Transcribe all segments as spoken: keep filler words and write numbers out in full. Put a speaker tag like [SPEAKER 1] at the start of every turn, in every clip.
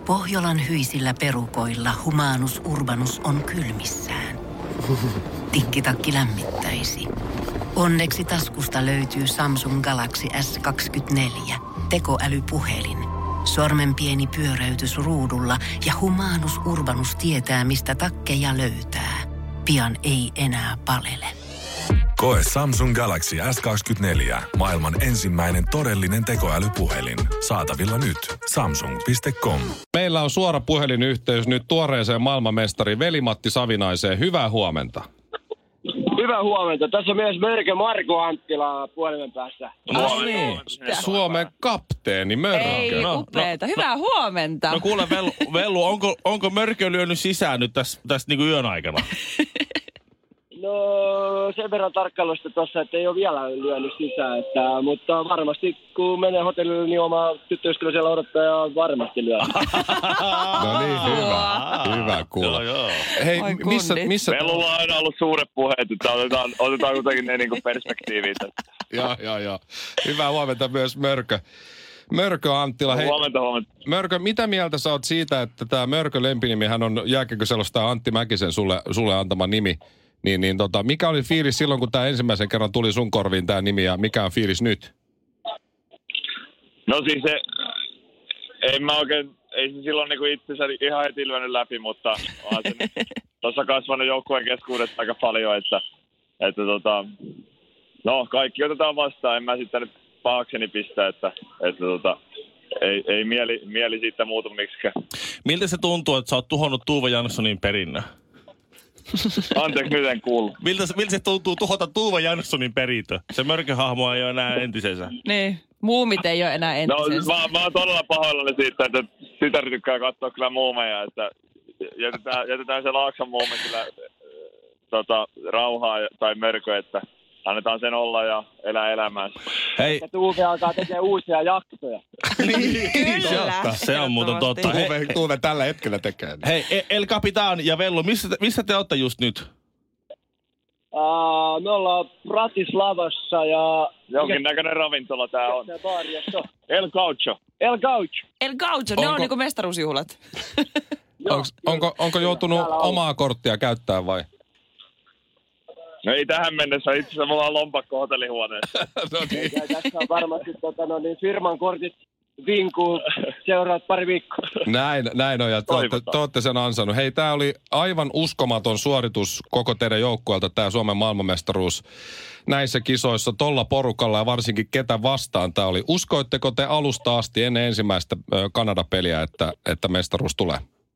[SPEAKER 1] Pohjolan hyisillä perukoilla Humanus Urbanus on kylmissään. Tikkitakki lämmittäisi. Onneksi taskusta löytyy Samsung Galaxy S kaksikymmentäneljä, tekoälypuhelin. Sormen pieni pyöräytys ruudulla ja Humanus Urbanus tietää, mistä takkeja löytää. Pian ei enää palele.
[SPEAKER 2] Koe Samsung Galaxy S kaksikymmentäneljä, maailman ensimmäinen todellinen tekoälypuhelin. Saatavilla nyt. samsung piste com.
[SPEAKER 3] Meillä on suora puhelinyhteys nyt tuoreeseen maailmanmestari Veli-Matti Savinaiseen. Hyvää huomenta.
[SPEAKER 4] Hyvää huomenta. Tässä on myös Mörkö Marko Anttila puhelimen päässä.
[SPEAKER 3] No niin, Suomen kapteeni Mörkö.
[SPEAKER 5] Ei,
[SPEAKER 3] no,
[SPEAKER 5] upeeta.
[SPEAKER 3] no,
[SPEAKER 5] Hyvää huomenta.
[SPEAKER 6] No kuule Vellu, Vellu onko, onko Mörkö lyönyt sisään nyt tässä, tässä niinku yön aikana?
[SPEAKER 4] No sen verran tarkkailusta tuossa, että ei ole vielä lyönyt sisään. Että, mutta varmasti kun menee hotellille, niin oma tyttöystävä siellä odottaa ja varmasti lyö.
[SPEAKER 3] No niin, hyvä. Hyvä kuulla.
[SPEAKER 6] Joo, joo.
[SPEAKER 3] Hei, missä... missä
[SPEAKER 7] Vellulla on aina ollut suuret puheet, että otetaan, otetaan kuitenkin ne niinku perspektiiviin.
[SPEAKER 3] Joo, joo, joo. Hyvää huomenta myös Mörkö. Mörkö Anttila, hei.
[SPEAKER 7] Huomenta, huomenta.
[SPEAKER 3] Mörkö, mitä mieltä sä oot siitä, että tämä Mörkö lempinimihän on jääkiekkoselostaja Antti Mäkisen sulle, sulle antama nimi? Niin, niin tota, mikä oli fiilis silloin, kun tämä ensimmäisen kerran tuli sun korviin tämä nimi ja mikä on fiilis nyt?
[SPEAKER 7] No siis se, ei mä oikein, ei se silloin niinku itsensä ihan heti lyönyt läpi, mutta on se tuossa kasvanut joukkueen keskuudessa aika paljon, että, että tota, no kaikki otetaan vastaan, en mä sitten nyt pahakseni pistä, että, että tota, ei, ei mieli, mieli siitä muutu miksikään.
[SPEAKER 6] Miltä se tuntuu, että sä oot tuhonnut Tuve Janssonin perinnön?
[SPEAKER 7] Anteeksi, nyt en kuulu.
[SPEAKER 6] Miltä, miltä se tuntuu tuhota Tuve Janssonin perintö? Se Mörkö-hahmo ei ole enää entisensä.
[SPEAKER 5] Niin, muumit ei ole enää entisensä.
[SPEAKER 7] No mä, mä oon todella pahoillani siitä, että tytär tykkää katsoa kyllä muumeja, että jätetään, jätetään se Laakson muumi kyllä tota, rauhaa tai Mörkö, että annetaan sen olla ja elää elämäänsä.
[SPEAKER 6] Hei.
[SPEAKER 4] Ja Tuve alkaa tekemään uusia jaksoja.
[SPEAKER 5] Niin, kyllä.
[SPEAKER 6] Se on muuten totta.
[SPEAKER 3] Tuve, Tuve tällä hetkellä tekee.
[SPEAKER 6] Hei, El Capitan ja Vellu, missä te, missä te olette just nyt?
[SPEAKER 4] Uh, me ollaan Bratislavassa ja...
[SPEAKER 7] Jonkin näköinen ravintola tää on. El Gaucho.
[SPEAKER 4] El Gaucho.
[SPEAKER 5] El Gaucho, ne
[SPEAKER 3] Onko-
[SPEAKER 5] on niinku mestaruusjuhlat.
[SPEAKER 3] Onko, onko, onko joutunut omaa korttia käyttää vai?
[SPEAKER 7] No ei tähän mennessä, itse asiassa mulla on lompakko hotellihuoneessa.
[SPEAKER 3] No niin.
[SPEAKER 4] Ja tässä on varmasti tota, no, niin firman kortit vinkuu seuraat pari viikkoa.
[SPEAKER 3] Näin, näin on ja te olette,
[SPEAKER 7] Toivotaan.
[SPEAKER 3] te olette sen ansainnut. Hei, tää oli aivan uskomaton suoritus koko teidän joukkueelta, tää Suomen maailmanmestaruus näissä kisoissa tolla porukalla ja varsinkin ketä vastaan tää oli. Uskoitteko te alusta asti ennen ensimmäistä ö, Kanada-peliä, että, että mestaruus tulee?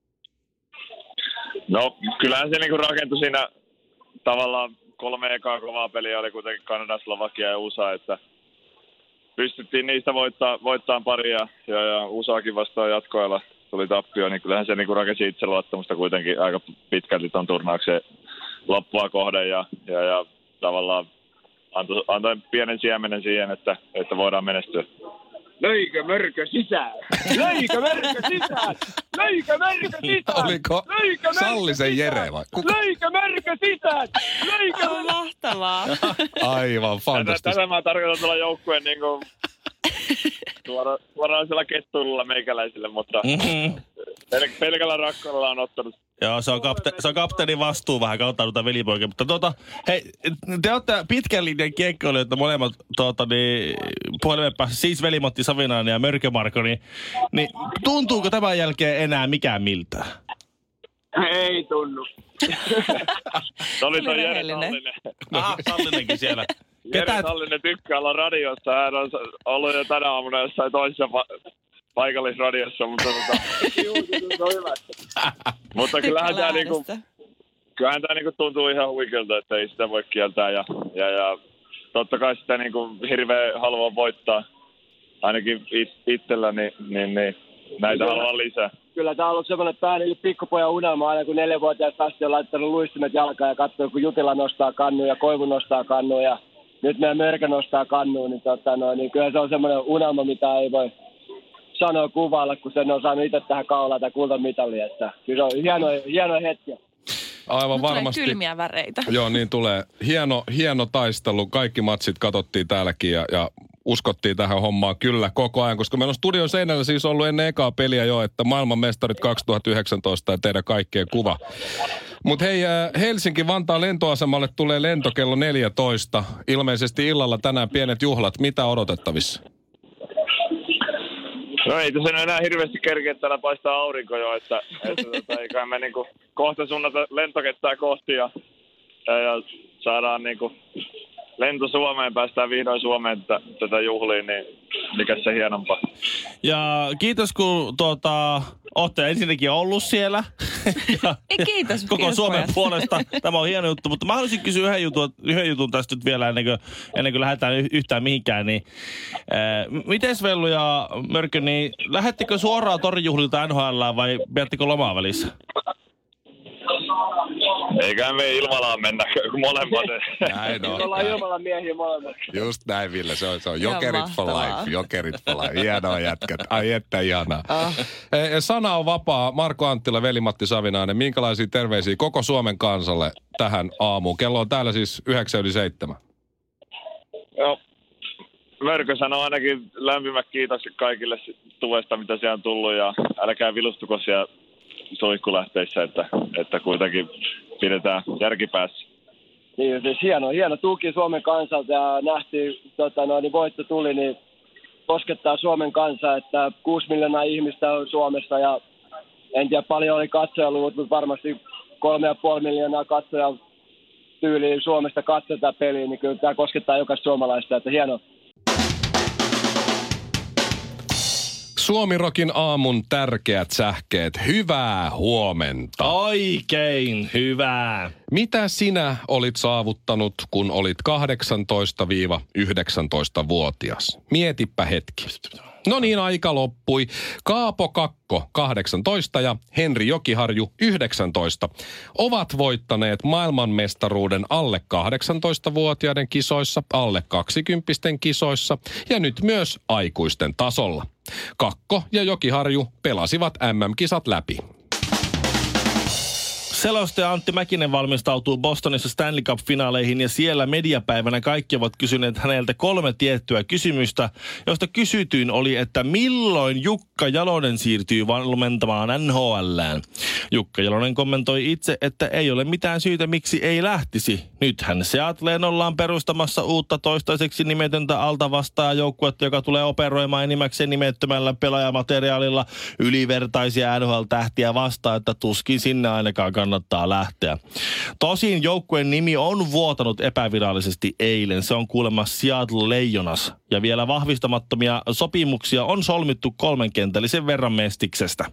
[SPEAKER 7] No kyllähän se niinku rakentui siinä tavallaan kolme ekaa kovaa peliä oli kuitenkin Kanada, Slovakia ja U S A, että pystyttiin niistä voittaa, voittaa paria ja, ja U S Akin vastaan jatkoilla tuli tappio, niin kyllähän se niinku rakensi itseluottamusta kuitenkin aika pitkälti ton turnauksen loppua kohden ja, ja, ja tavallaan antoi, antoi pienen siemenen siihen, että, että voidaan menestyä.
[SPEAKER 4] Löikö Mörkö sisään? Löikö Mörkö sisään? Löikö Mörkö sisään?
[SPEAKER 3] Oliko
[SPEAKER 4] Löikö Mörkö
[SPEAKER 3] Sallisen
[SPEAKER 4] sisään?
[SPEAKER 3] Jere vai? Kuka?
[SPEAKER 4] Löikö Mörkö sisään? Löikö
[SPEAKER 5] On mahtavaa.
[SPEAKER 3] Aivan
[SPEAKER 7] Tätä,
[SPEAKER 3] fantastista.
[SPEAKER 7] tätä mä tarkoitan tuolla joukkueen niinku suora, suoranaisella kettuilulla meikäläisille, mutta
[SPEAKER 6] Mm-hmm.
[SPEAKER 7] pel- pelkällä rakkaudella on ottanut.
[SPEAKER 6] Joo, se on, kapte- se on kapteenin vastuu vähän kautta noita velipoikia. Mutta tota, hei, te olette pitkän linjan kiekkoilijoita molemmat tuota, niin, puhelimen päässä, siis Veli-Matti Savinainen ja Mörkö Marko, niin, niin tuntuuko tämän jälkeen enää mikään miltään?
[SPEAKER 4] Ei tunnu.
[SPEAKER 7] Se oli toi Jere
[SPEAKER 5] rehellinen.
[SPEAKER 7] Sallinen.
[SPEAKER 6] Aha, Sallinenkin siellä.
[SPEAKER 7] Jere
[SPEAKER 6] Ketä?
[SPEAKER 7] Sallinen tykkää olla radiossa. Hän on ollut jo tänä aamuna jossain toisessa pa- paikallisradiossa, mutta, tota, mutta kyllähän tämä niinku, kyllähän tää niinku tuntuu ihan huikealta, että ei sitä voi kieltää. Ja, ja, ja totta kai sitä niinku hirveän haluaa voittaa, ainakin it, itsellä, niin, niin, niin näitä haluaa lisää.
[SPEAKER 4] Kyllä tämä on ollut semmoinen pääni pikkupojan unelma aina, kun neljänvuotiaasta asti on laittanut luistimet jalkaan ja katsoo, kun Jutila nostaa kannua ja Koivu nostaa kannua ja nyt meidän Mörkö nostaa kannua, niin, tota, no, niin kyllä se on semmoinen unelma, mitä ei voi sanoa kuvailla, kun sen on saanut itse tähän kaulaan tai kultamitalia. Että kyllä se on hieno, hieno hetki.
[SPEAKER 3] Aivan
[SPEAKER 5] Tulee
[SPEAKER 3] varmasti.
[SPEAKER 5] kylmiä väreitä.
[SPEAKER 3] Joo, niin tulee. Hieno, hieno taistelu. Kaikki matsit katsottiin täälläkin ja, ja uskottiin tähän hommaan kyllä koko ajan, koska meillä on studion seinällä siis ollut ennen ekaa peliä jo, että maailmanmestarit kaksituhattayhdeksäntoista ja teidän kaikkien kuva. Mutta hei, Helsinki-Vantaan lentoasemalle tulee lento kello neljätoista. Ilmeisesti illalla tänään pienet juhlat. Mitä odotettavissa?
[SPEAKER 7] No ei tässä enää hirveästi kerkeä, että täällä paistaa aurinko jo, että, että tota, eiköhän me niinku kohta suunnata lentokenttää kohti ja, ja, ja saadaan niinku lento Suomeen, päästään vihdoin Suomeen t- tätä juhliin, niin mikä se hienompaa.
[SPEAKER 6] Ja kiitos, kun tuota, olette ensinnäkin ollut siellä. ja,
[SPEAKER 5] kiitos.
[SPEAKER 6] Koko
[SPEAKER 5] kiitos
[SPEAKER 6] Suomen
[SPEAKER 5] pojat.
[SPEAKER 6] puolesta. Tämä on hieno juttu, mutta mä haluaisin kysyä yhden jutun, yhden jutun tästä nyt vielä ennen kuin, ennen kuin lähdetään yhtään mihinkään. Niin, ää, mites Vellu ja Mörkö, niin lähettekö suoraan torijuhlilta N H L vai pidättekö lomaa välissä?
[SPEAKER 7] Eiköhän me Ilmalaan mennä molemmat.
[SPEAKER 3] Näin on.
[SPEAKER 4] Me ollaan Ilmalan miehiä molemmat.
[SPEAKER 3] Just näin, Ville. Se on, se on
[SPEAKER 5] Ihan
[SPEAKER 3] jokerit for
[SPEAKER 5] mahtavaa.
[SPEAKER 3] life. Jokerit for life. Hienoa jätkät. Ai että ihanaa.
[SPEAKER 5] Oh.
[SPEAKER 3] E, sana on vapaa. Marko Anttila, Veli-Matti Savinainen. Minkälaisia terveisiä koko Suomen kansalle tähän aamuun? Kello on täällä siis yhdeksän yli seitsemän.
[SPEAKER 7] Joo. Mörkö sanoo ainakin lämpimät kiitokset kaikille tuesta, mitä siellä on tullut, ja älkää vilustuko siellä suihkulähteissä, että, että kuitenkin pidetään järkipäässä.
[SPEAKER 4] Niin, siis hieno, hieno tuki Suomen kansalta ja nähtiin, tota, no, niin voitto tuli, niin koskettaa Suomen kansaa, että kuusi miljoonaa ihmistä on Suomessa ja en tiedä paljon oli katsojaluvut, mutta varmasti kolme ja puoli miljoonaa katsoja tyyliin Suomesta katsotaan peliä, niin kyllä tämä koskettaa jokaista suomalaista, että hieno.
[SPEAKER 3] Suomi-rokin aamun tärkeät sähkeet. Hyvää huomenta.
[SPEAKER 6] Oikein hyvä.
[SPEAKER 3] Mitä sinä olit saavuttanut, kun olit kahdeksantoista–yhdeksäntoista-vuotias? Mietipä hetki. No niin, aika loppui. Kaapo Kakko, kahdeksantoista, ja Henri Jokiharju, yhdeksäntoista, ovat voittaneet maailmanmestaruuden alle kahdeksantoista-vuotiaiden kisoissa, alle kaksikymppisten kisoissa ja nyt myös aikuisten tasolla. Kakko ja Jokiharju pelasivat M M-kisat läpi.
[SPEAKER 6] Selostaja Antti Mäkinen valmistautuu Bostonissa Stanley Cup-finaaleihin ja siellä mediapäivänä kaikki ovat kysyneet häneltä kolme tiettyä kysymystä, josta kysytyin oli, että milloin Jukka Jalonen siirtyy valmentamaan N H L:ään. Jukka Jalonen kommentoi itse, että ei ole mitään syytä, miksi ei lähtisi. Nythän Seattleen ollaan perustamassa uutta toistaiseksi nimetöntä altavastaajajoukkuetta, joka tulee operoimaan enimmäkseen nimettömällä pelaajamateriaalilla ylivertaisia N H L-tähtiä vastaan, että tuskin sinne ainakaan kannattaa lähteä. Tosin joukkueen nimi on vuotanut epävirallisesti eilen. Se on kuulemma Seattle Leijons. Ja vielä vahvistamattomia sopimuksia on solmittu kolmenkentällisen verran Mestiksestä.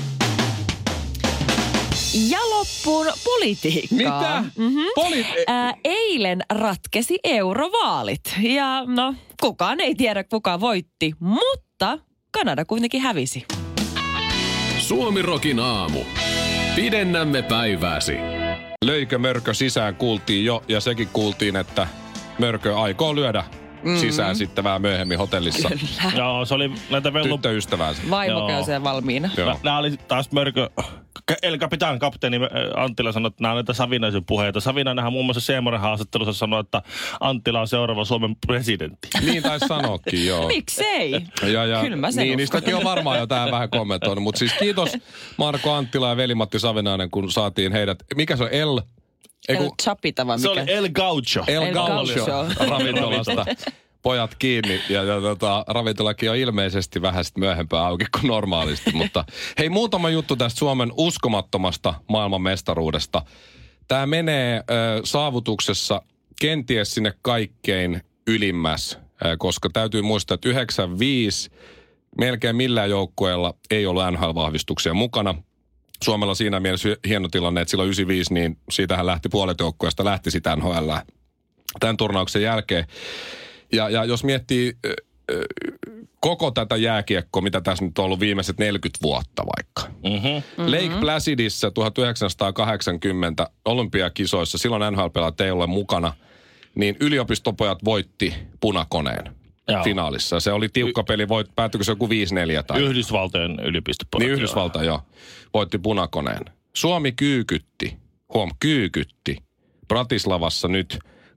[SPEAKER 5] Ja loppuun politiikkaa.
[SPEAKER 3] Mitä?
[SPEAKER 5] Mm-hmm.
[SPEAKER 3] Poli-
[SPEAKER 5] Ää, eilen ratkesi eurovaalit. Ja no, kukaan ei tiedä, kuka voitti, mutta Kanada kuitenkin hävisi.
[SPEAKER 8] Suomi-rokin aamu. Pidennämme päivääsi.
[SPEAKER 3] Löikö Mörkö sisään, kuultiin jo, ja sekin kuultiin, että Mörkö aikoo lyödä mm-hmm. sisään sitten vähän myöhemmin hotellissa.
[SPEAKER 5] Kyllä.
[SPEAKER 6] Joo, se oli näitä vellu...
[SPEAKER 3] Tyttöystäväänsä.
[SPEAKER 5] Vaimo
[SPEAKER 6] Joo.
[SPEAKER 5] käy siellä valmiina.
[SPEAKER 3] Joo.
[SPEAKER 6] Nämä oli taas Mörkö, El Capitan, kapteeni Anttila sanoi, että nämä on näitä Savinaisen puheita. Savinainenhan muun muassa Seemoren haastattelussa sanoi, että Anttila on seuraava Suomen presidentti.
[SPEAKER 3] Niin taisi sanoakin, joo.
[SPEAKER 5] Miksei?
[SPEAKER 3] Ja, ja,
[SPEAKER 5] Kyllä mä sen
[SPEAKER 3] niin,
[SPEAKER 5] uskon.
[SPEAKER 3] niistäkin on varmaan jo tähän vähän kommentoinut. Mutta siis kiitos Marko Anttila ja Veli-Matti Savinainen, kun saatiin heidät. Mikä se on? El? Eiku,
[SPEAKER 5] El Chapita vai
[SPEAKER 6] Se
[SPEAKER 5] mikä?
[SPEAKER 6] oli El Gaucho.
[SPEAKER 3] El,
[SPEAKER 5] El
[SPEAKER 3] Gaucho
[SPEAKER 5] Gaucho.
[SPEAKER 3] ravintolasta. Pojat kiinni ja, ja tota, ravintolakin on ilmeisesti vähän sit myöhempää auki kuin normaalisti. Mutta hei, muutama juttu tästä Suomen uskomattomasta maailmanmestaruudesta. Tämä menee äh, saavutuksessa kenties sinne kaikkein ylimmäs, äh, koska täytyy muistaa, että yhdeksänkymmentäviisi melkein millään joukkueella ei ollut N H L-vahvistuksia mukana. Suomella siinä mielessä hieno tilanne, että silloin yhdeksänkymmentäviisi, niin siitähän lähti puolet joukkueesta, lähti sitä N H L:ään tämän turnauksen jälkeen. Ja, ja jos miettii ö, ö, koko tätä jääkiekkoa, mitä tässä nyt on ollut viimeiset neljäkymmentä vuotta vaikka.
[SPEAKER 6] Mm-hmm.
[SPEAKER 5] Mm-hmm.
[SPEAKER 3] Lake Placidissa tuhatyhdeksänsataakahdeksankymmentä olympiakisoissa, silloin N H L-pelaajat ei ole mukana, niin yliopistopojat voitti punakoneen
[SPEAKER 6] Joo.
[SPEAKER 3] finaalissa. Se oli tiukka peli, voit, päättyykö se joku viisi neljä tai...
[SPEAKER 6] Yhdysvaltojen yliopistopojat.
[SPEAKER 3] Niin Yhdysvalta, joo. Voitti punakoneen. Suomi kyykytti, huom, kyykytti Bratislavassa nyt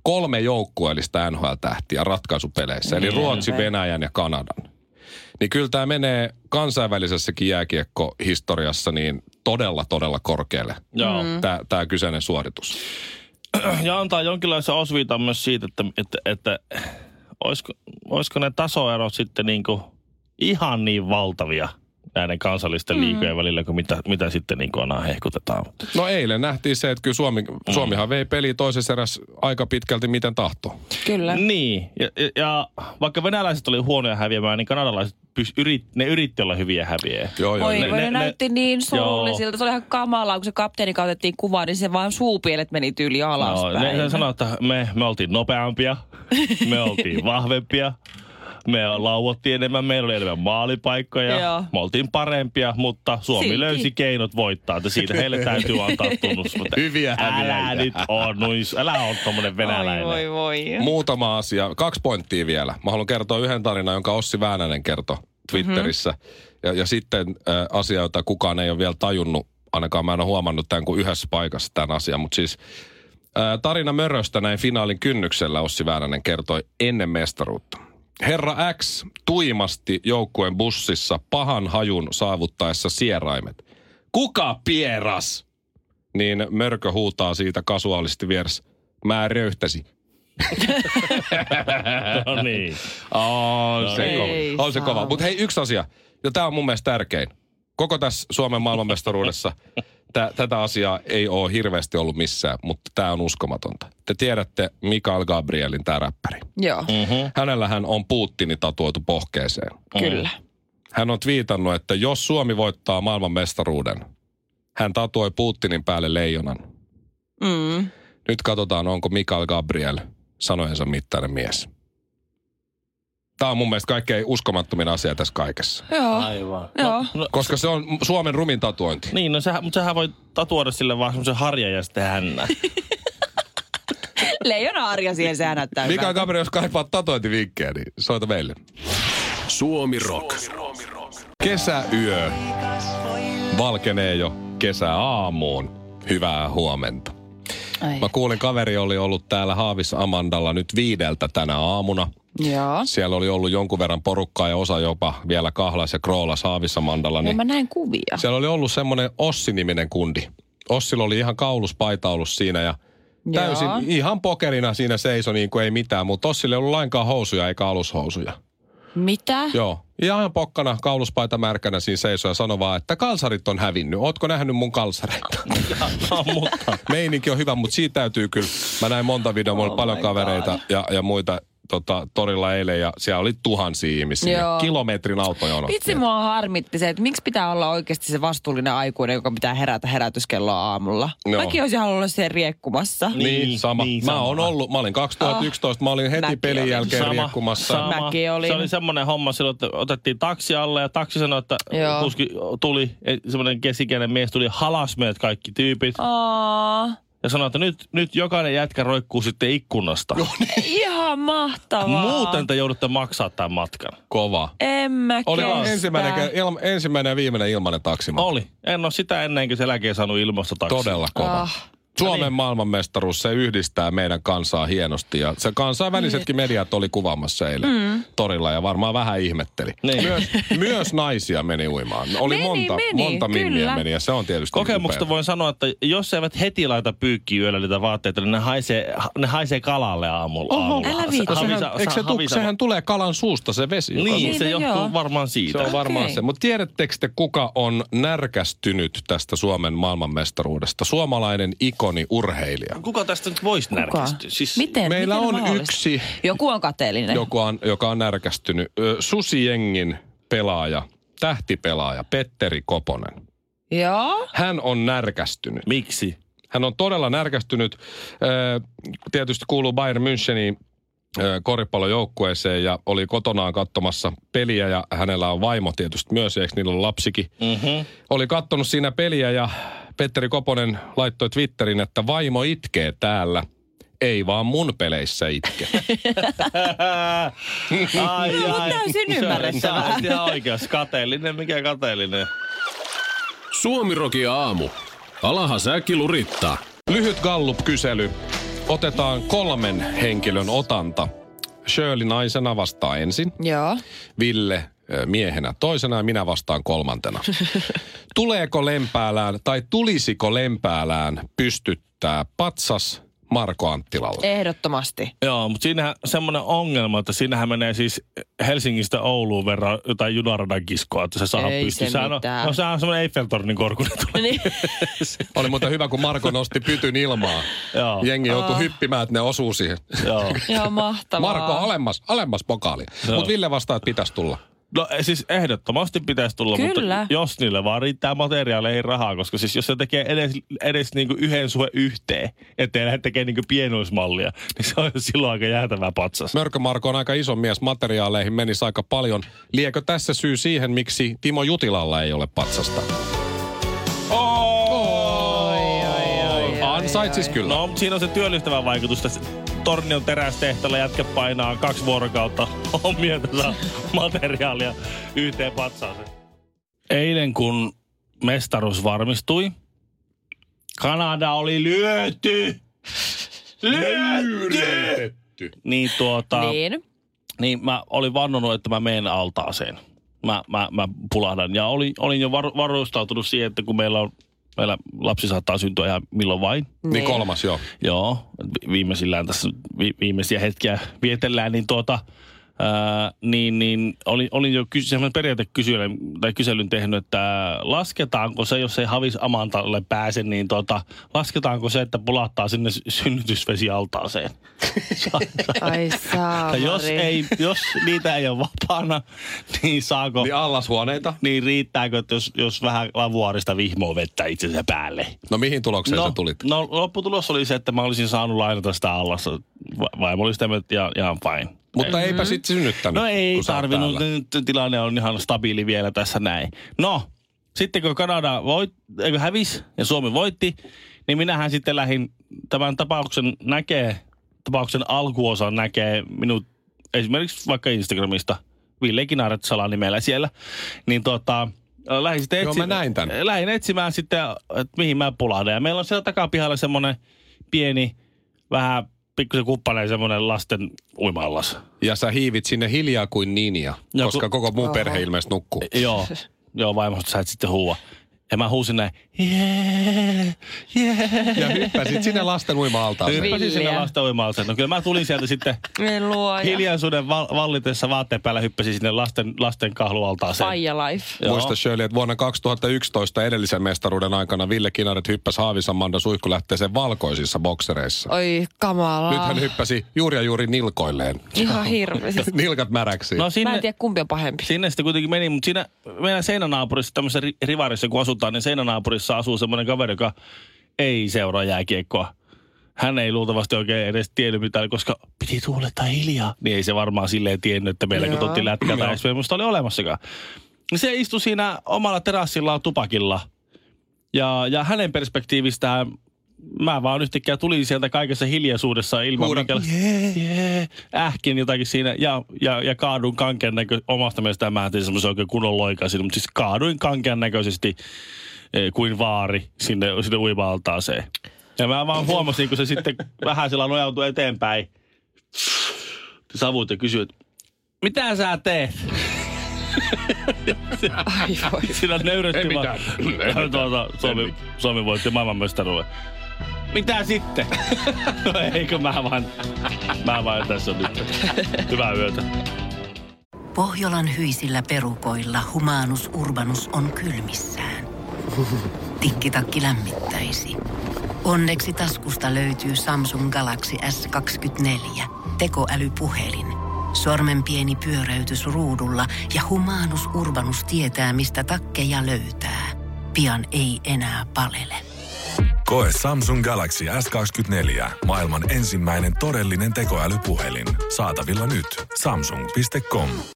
[SPEAKER 3] kolme joukkueellista N H L-tähtiä ratkaisupeleissä, eli Ruotsin, Venäjän ja Kanadan. Niin kyllä tämä menee kansainvälisessäkin jääkiekkohistoriassa niin todella, todella korkealle, mm. tämä, tämä kyseinen suoritus.
[SPEAKER 6] Ja antaa jonkinlaisen osviitan myös siitä, että, että, että olisiko, olisiko ne tasoerot sitten niin kuin ihan niin valtavia näiden kansallisten mm. liigojen välillä, kuin mitä, mitä sitten niin kuin aina hehkutetaan.
[SPEAKER 3] No eilen nähtiin se, että kyllä Suomi, mm. Suomihan vei peliä toisessa erässä aika pitkälti miten tahtoo.
[SPEAKER 5] Kyllä.
[SPEAKER 6] Niin, ja, ja, ja vaikka venäläiset oli huonoja häviämään, niin kanadalaiset pys, yrit, ne yritti olla hyviä häviä.
[SPEAKER 3] Joo, joo.
[SPEAKER 5] Oi,
[SPEAKER 3] Ne,
[SPEAKER 5] ne, ne, ne näytti niin surullisilta.
[SPEAKER 6] Joo.
[SPEAKER 5] Se oli ihan kamalaa, kun se kapteeni otettiin kuvaan, niin se vaan suupielet meni tyyli alaspäin.
[SPEAKER 6] No, ne, ne sanoi, että me, me oltiin nopeampia, me oltiin vahvempia. Me lauottiin enemmän, meillä oli enemmän maalipaikkoja,
[SPEAKER 5] Joo.
[SPEAKER 6] me oltiin parempia, mutta Suomi
[SPEAKER 5] Silti.
[SPEAKER 6] löysi keinot voittaa, että siitä heille täytyy antaa tunnus.
[SPEAKER 3] Hyviä häviäjiä.
[SPEAKER 6] Älä nyt on, nuis, älä ole tommonen venäläinen.
[SPEAKER 5] Oi, voi, voi.
[SPEAKER 3] Muutama asia, kaksi pointtia vielä. Mä haluan kertoa yhden tarinan, jonka Ossi Väänänen kertoi Twitterissä. Mm-hmm. Ja, ja sitten äh, asia, jota kukaan ei ole vielä tajunnut, ainakaan mä en ole huomannut tämän kuin yhdessä paikassa tämän asian, mutta siis äh, tarina Möröstä näin finaalin kynnyksellä Ossi Väänänen kertoi ennen mestaruutta. Herra X tuimasti joukkueen bussissa pahan hajun saavuttaessa sieraimet. Kuka pieras? Niin Mörkö huutaa siitä kasuaalisti vieressä. Mä röyhtäsin.
[SPEAKER 6] No niin.
[SPEAKER 3] Oh,
[SPEAKER 6] no
[SPEAKER 3] se
[SPEAKER 5] ei
[SPEAKER 3] kova. On se kova. Mutta hei, yksi asia. Ja tämä on mun mielestä tärkein. Koko tässä Suomen maailmanmestaruudessa tä, tätä asiaa ei ole hirveästi ollut missään, mutta tämä on uskomatonta. Te tiedätte Mikael Gabrielin, tämä räppäri.
[SPEAKER 5] Joo.
[SPEAKER 6] Mm-hmm.
[SPEAKER 3] Hänellähän on Putini tatuoitu pohkeeseen.
[SPEAKER 5] Kyllä.
[SPEAKER 3] Hän on twiitannut, että jos Suomi voittaa maailmanmestaruuden, hän tatuoi Putinin päälle leijonan.
[SPEAKER 5] Mm.
[SPEAKER 3] Nyt katsotaan, onko Mikael Gabriel sanojensa mittainen mies. Tämä on mun mielestä kaikkein uskomattomin asia tässä kaikessa.
[SPEAKER 5] Joo.
[SPEAKER 6] Aivan.
[SPEAKER 5] Joo.
[SPEAKER 6] No,
[SPEAKER 3] Koska se on Suomen rumin tatuointi.
[SPEAKER 6] niin, no sehän, mutta sehän voi tatuoida sille vaan semmoisen harjan ja sitten hännä.
[SPEAKER 5] Leijona Arja siihen, sehän näyttää
[SPEAKER 3] Mikael
[SPEAKER 5] hyvältä.
[SPEAKER 3] Gabriel, jos kaipaat tatuointivinkkejä, niin soita meille.
[SPEAKER 8] Suomi Rock.
[SPEAKER 3] Kesäyö valkenee jo kesäaamuun. Hyvää huomenta.
[SPEAKER 5] Ai.
[SPEAKER 3] Mä kuulin, kaveri oli ollut täällä Haavis Amandalla nyt viideltä tänä aamuna.
[SPEAKER 5] Joo.
[SPEAKER 3] Siellä oli ollut jonkun verran porukkaa ja osa jopa vielä kahlas ja kroolas Haavis Amandalla.
[SPEAKER 5] Ja
[SPEAKER 3] Niin
[SPEAKER 5] mä näin kuvia.
[SPEAKER 3] siellä oli ollut semmoinen Ossi-niminen kundi. Ossilla oli ihan kauluspaita ollut siinä ja täysin
[SPEAKER 5] Joo.
[SPEAKER 3] ihan pokerina siinä seisoi niin kuin ei mitään. Mutta Ossilla ei ollut lainkaan housuja eikä alushousuja.
[SPEAKER 5] Mitä?
[SPEAKER 3] Joo. Ihan pokkana, kauluspaita märkänä siinä seisoi ja sanoi vaan, että kalsarit on hävinnyt. Ootko nähnyt mun kalsareita?
[SPEAKER 6] No, mutta...
[SPEAKER 3] Meininki on hyvä, mutta siitä täytyy kyllä. Mä näin monta videoa, mulla oli
[SPEAKER 5] Oh
[SPEAKER 3] paljon
[SPEAKER 5] my
[SPEAKER 3] kavereita
[SPEAKER 5] God.
[SPEAKER 3] ja, ja muita tota, torilla eilen ja siellä oli tuhansia ihmisiä.
[SPEAKER 5] Joo.
[SPEAKER 3] Kilometrin autojono.
[SPEAKER 5] Vitsi mua harmitti se, että miksi pitää olla oikeasti se vastuullinen aikuinen, joka pitää herätä herätyskelloa aamulla.
[SPEAKER 3] No.
[SPEAKER 5] Mäkin olisin halunnut olla siellä riekkumassa.
[SPEAKER 3] Niin,
[SPEAKER 6] Niin,
[SPEAKER 3] sama.
[SPEAKER 6] niin,
[SPEAKER 3] mä
[SPEAKER 6] sama.
[SPEAKER 3] oon ollut, mä olin kaksituhattayksitoista, mä olin heti
[SPEAKER 5] Mäkin
[SPEAKER 3] pelin
[SPEAKER 5] olin.
[SPEAKER 3] jälkeen riekkumassa.
[SPEAKER 6] sama.
[SPEAKER 5] Mäkin olin.
[SPEAKER 6] Se oli semmoinen homma silloin, että otettiin taksi alle ja taksi sanoi, että
[SPEAKER 5] Joo.
[SPEAKER 6] kuski tuli, semmoinen keskikäinen mies tuli, halas meidät kaikki tyypit.
[SPEAKER 5] Aa,
[SPEAKER 6] Ja sanoi, että nyt, nyt jokainen jätkä roikkuu sitten ikkunasta.
[SPEAKER 5] ihan mahtavaa.
[SPEAKER 6] Muuten te joudutte maksaa tämän matkan.
[SPEAKER 3] Kova.
[SPEAKER 5] En mä
[SPEAKER 3] Oli
[SPEAKER 5] kestä.
[SPEAKER 3] ensimmäinen, ke- ilma, ensimmäinen ja viimeinen ilmainen taksimatka.
[SPEAKER 6] Oli. En ole sitä ennen kuin se eläke saanut ilmasta taksia.
[SPEAKER 3] Todella kova.
[SPEAKER 5] Ah.
[SPEAKER 3] Suomen
[SPEAKER 6] No niin.
[SPEAKER 3] maailmanmestaruus, se yhdistää meidän kansaa hienosti. Ja se kansainvälisetkin mediat oli kuvaamassa eilen mm. torilla ja varmaan vähän ihmetteli.
[SPEAKER 6] Niin.
[SPEAKER 3] Myös, myös naisia meni uimaan. Oli
[SPEAKER 5] Meni,
[SPEAKER 3] monta,
[SPEAKER 5] meni,
[SPEAKER 3] monta mimmiä
[SPEAKER 5] kyllä.
[SPEAKER 3] meni ja se on tietysti
[SPEAKER 6] Kokemuksesta
[SPEAKER 3] upeata.
[SPEAKER 6] voin sanoa, että jos eivät heti laita pyykkiä yöllä niitä vaatteita, niin ne haisee, ne haisee kalalle aamulla.
[SPEAKER 3] Oho,
[SPEAKER 6] aamulla.
[SPEAKER 5] älä viitsi.
[SPEAKER 6] Havisa-
[SPEAKER 3] Sehän, eikö se, tu,
[SPEAKER 6] havisa-
[SPEAKER 3] sehän tulee kalan suusta se vesi. joka
[SPEAKER 6] Niin,
[SPEAKER 3] on-
[SPEAKER 6] se
[SPEAKER 5] no
[SPEAKER 6] johtuu
[SPEAKER 5] joo.
[SPEAKER 6] varmaan siitä.
[SPEAKER 3] Se on varmaan
[SPEAKER 5] Okei.
[SPEAKER 3] se. Mutta tiedättekö te, kuka on närkästynyt tästä Suomen maailmanmestaruudesta? Suomalainen ikoni urheilija.
[SPEAKER 6] Kuka tästä nyt voisi
[SPEAKER 5] Kuka?
[SPEAKER 6] närkästyä? Siis,
[SPEAKER 5] Miten?
[SPEAKER 3] Meillä
[SPEAKER 5] Miten
[SPEAKER 3] on
[SPEAKER 5] mahdollista?
[SPEAKER 3] yksi,
[SPEAKER 5] Joku on kateellinen.
[SPEAKER 3] joka on, joka on närkästynyt. Ö, Susijengin pelaaja, tähtipelaaja, Petteri Koponen.
[SPEAKER 5] Joo.
[SPEAKER 3] Hän on närkästynyt.
[SPEAKER 6] Miksi?
[SPEAKER 3] Hän on todella närkästynyt. Ö, Tietysti kuuluu Bayern Münchenin ö, koripallojoukkueeseen ja oli kotonaan katsomassa peliä ja hänellä on vaimo tietysti myös, eikö niillä on lapsikin.
[SPEAKER 6] Mm-hmm.
[SPEAKER 3] Oli kattonut siinä peliä ja Petteri Koponen laittoi Twitterin, että vaimo itkee täällä, ei vaan mun peleissä itke.
[SPEAKER 6] ai,
[SPEAKER 5] No, mutta täysin ymmärrettävää.
[SPEAKER 6] Se on ihan oikeassa. Kateellinen, mikä kateellinen.
[SPEAKER 8] Suomi Rockin aamu. Alaha säkki lurittaa.
[SPEAKER 3] Lyhyt Gallup-kysely. Otetaan kolmen henkilön otanta. Shirley naisena vastaa ensin.
[SPEAKER 5] Joo.
[SPEAKER 3] Ville miehenä toisena ja minä vastaan kolmantena. Tuleeko Lempäälään tai tulisiko Lempäälään pystyttää patsas Marko Anttilalle?
[SPEAKER 5] Ehdottomasti.
[SPEAKER 6] Joo, mutta siinähän semmoinen ongelma, että siinähän menee siis Helsingistä Ouluun verran jotain junaradan kiskoa, että se saa pystyä.
[SPEAKER 5] Se
[SPEAKER 6] on, no sehän on semmoinen Eiffeltornin korkunen.
[SPEAKER 5] Niin.
[SPEAKER 3] Oli muuten hyvä, kun Marko nosti pytyn ilmaa.
[SPEAKER 6] Joo.
[SPEAKER 3] Jengi joutui oh. hyppimään, että ne osuu siihen.
[SPEAKER 6] Joo.
[SPEAKER 5] Joo, mahtavaa.
[SPEAKER 3] Marko, alemmas, alemmas pokaali. Mutta Ville vastaa, että pitäisi tulla.
[SPEAKER 6] No siis ehdottomasti pitäisi tulla,
[SPEAKER 5] Kyllä.
[SPEAKER 6] mutta jos niille vaan riittää materiaaleihin rahaa, koska siis jos se tekee edes, edes niinku yhden suhe yhteen, ettei lähde tekemään niinku pienuusmallia, niin se on silloin aika jäätävä patsas.
[SPEAKER 3] Mörkö Marko on aika iso mies, materiaaleihin menisi aika paljon. Liekö tässä syy siihen, miksi Timo Jutilalla ei ole patsasta? Ansaitsis kyllä.
[SPEAKER 6] No, siinä on se työllistävä vaikutus. Tässä Tornion terästehtällä jätkä painaa kaksi vuorokautta omietansa materiaalia yhteen patsaaseen. Eilen kun mestaruus varmistui, Kanada oli lyöty! Lyöty! Niin tuota...
[SPEAKER 5] Niin.
[SPEAKER 6] Niin mä olin vannonut, että mä menen altaaseen. Mä, mä, mä pulahdan. Ja olin, olin jo var, varustautunut siihen, että kun meillä on Meillä lapsi saattaa syntyä ihan milloin vain.
[SPEAKER 3] Niin kolmas, joo.
[SPEAKER 6] Joo, viimeisillään tässä vi, viimeisiä hetkiä vietellään, niin tuota, ää, niin, niin olin, olin jo kysy, semmoinen periaatekyselyn tai kyselyn tehnyt, että lasketaanko se, jos ei Havis Amantalle pääse, niin tuota, lasketaanko se, että pulahtaa sinne synnytysvesialtaaseen?
[SPEAKER 5] Ai saamari.
[SPEAKER 6] jos, ei, jos niitä ei ole vapaana, niin saako...
[SPEAKER 3] Niin allashuoneita?
[SPEAKER 6] Niin riittääkö, että jos, jos vähän lavuaarista vihmoa vettä itsensä päälle?
[SPEAKER 3] No mihin tulokseen
[SPEAKER 6] no,
[SPEAKER 3] sä tulit?
[SPEAKER 6] No lopputulos oli se, että mä olisin saanut lainata sitä allassa. Vaimo oli sitä mieltä ja ihan fine.
[SPEAKER 3] Mutta mm-hmm. eipä sit synnyttänyt.
[SPEAKER 6] No ei tarvinnut. Nyt tilanne on ihan stabiili vielä tässä näin. No, sitten kun Kanada voit, eikö hävisi ja Suomi voitti, niin minähän sitten lähdin tämän tapauksen näkee, tapauksen alkuosan näkee minut esimerkiksi vaikka Instagramista, Ville Kinaret salanimellä siellä, niin tota, lähdin sitten etsi-
[SPEAKER 3] Joo, mä näin tän.
[SPEAKER 6] lähdin etsimään sitten, että mihin mä pulahdan. Ja meillä on siellä takapihalla semmoinen pieni, vähän pikkusen kuppainen semmoinen lasten uima-allas.
[SPEAKER 3] Ja sä hiivit sinne hiljaa kuin ninja,
[SPEAKER 6] Joo,
[SPEAKER 3] koska
[SPEAKER 6] kun...
[SPEAKER 3] koko muu perhe ilmeisesti nukkuu.
[SPEAKER 6] Joo, joo vaimosta sä et sitten huua. Ja mä huusin näin, yeah, yeah.
[SPEAKER 3] Ja hyppäsit sinne lasten uima-altaaseen.
[SPEAKER 6] Hyppäsin sinne lasten uima-altaaseen. No kyllä mä tulin sieltä sitten hiljaisuuden val- vallitessa vaatteen päällä hyppäsin sinne lasten, lasten kahlualtaaseen.
[SPEAKER 5] Faija life.
[SPEAKER 3] Joo. Muista Shirley, että vuonna kaksituhattayksitoista edellisen mestaruuden aikana Ville Kinaret hyppäsi Haavisamanda suihkulähteeseen valkoisissa boksereissa.
[SPEAKER 5] Oi kamalaa.
[SPEAKER 3] Nyt hän hyppäsi juuri ja juuri nilkoilleen.
[SPEAKER 5] Ihan hirveästi.
[SPEAKER 3] Nilkat märäksi.
[SPEAKER 6] No sinne,
[SPEAKER 5] mä en tiedä kumpi on pahempi.
[SPEAKER 6] Sinne sitten kuitenkin meni, mutta siinä meidän seinänaapurissa, tämmöisessä rivarissa kun asutaan, niin seinänaapurissa asuu semmoinen kaveri, joka ei seuraa jääkiekkoa. Hän ei luultavasti oikein edes tiennyt mitään, koska piti tuulettaa hiljaa. Niin ei se varmaan silleen tiennyt, että meillä kun otti lätkää tai edes musta oli olemassakaan. Se istui siinä omalla terassillaan tupakilla. Ja, ja hänen perspektiivistään mä vaan yhtäkkiä tulin sieltä kaikessa hiljaisuudessa ilman minkälaista yeah, yeah, ähkin jotakin siinä ja, ja, ja kaaduin kankean näkö, omasta mielestään mä tein semmoisen oikein kunnon loikaisin, mutta siis kaaduin kankean näköisesti eh, kuin vaari sinne, sinne uima-altaaseen. Ja mä vaan huomasin, kun se sitten vähän sillä nojautui eteenpäin. Savut ja kysyi, että mitä sä teet?
[SPEAKER 5] Ai voi.
[SPEAKER 6] Siinä nöyrästi vaan. Tuota, Suomi, Suomi voitti maailmanmestaruuden. Mitä sitten? No eikö mä vaan, mä vaan tässä nyt. Hyvää yötä.
[SPEAKER 1] Pohjolan hyisillä perukoilla Humanus Urbanus on kylmissään. Tikkitakki lämmittäisi. Onneksi taskusta löytyy Samsung Galaxy S kaksikymmentäneljä, tekoälypuhelin. Sormen pieni pyöräytys ruudulla ja Humanus Urbanus tietää, mistä takkeja löytää. Pian ei enää palele.
[SPEAKER 2] Koe Samsung Galaxy S kaksikymmentäneljä, maailman ensimmäinen todellinen tekoälypuhelin. Saatavilla nyt. Samsung piste com.